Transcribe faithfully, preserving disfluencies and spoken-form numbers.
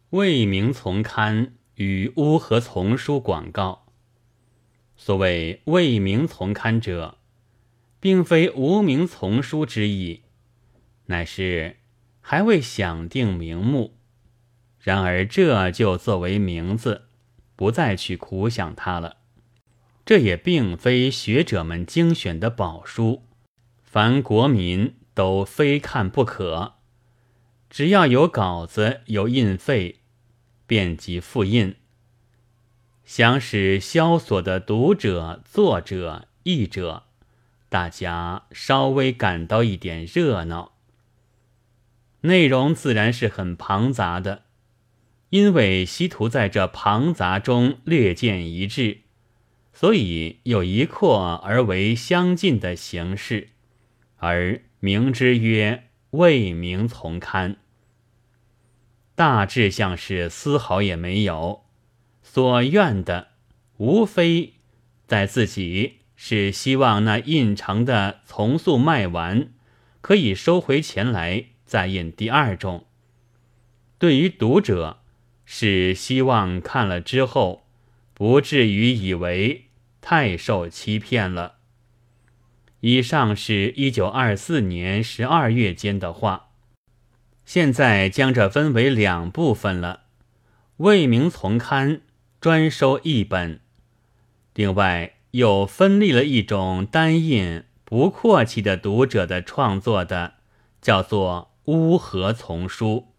未名丛刊与乌合丛书广告。所谓未名丛刊者，并非无名丛书之意，乃是还未想定名目，然而这就作为名字，不再去苦想它了。这也并非学者们精选的宝书，凡国民都非看不可。只要有稿子，有印费，便即复印，想使萧索的读者、作者、译者，大家稍微感到一点热闹。内容自然是很庞杂的，因为希图在这庞杂中略见一致，所以有一括而为相近的形式，而名之曰未名丛刊。大志向是丝毫也没有，所愿的无非在自己是希望那印成的从速卖完，可以收回钱来再印第二种。对于读者，是希望看了之后不至于以为太受欺骗了。以上是一九二四年十二月间的话。现在将这分为两部分了，未名丛刊专收一本，另外又分立了一种单印不阔气的读者的创作的，叫做乌合丛书。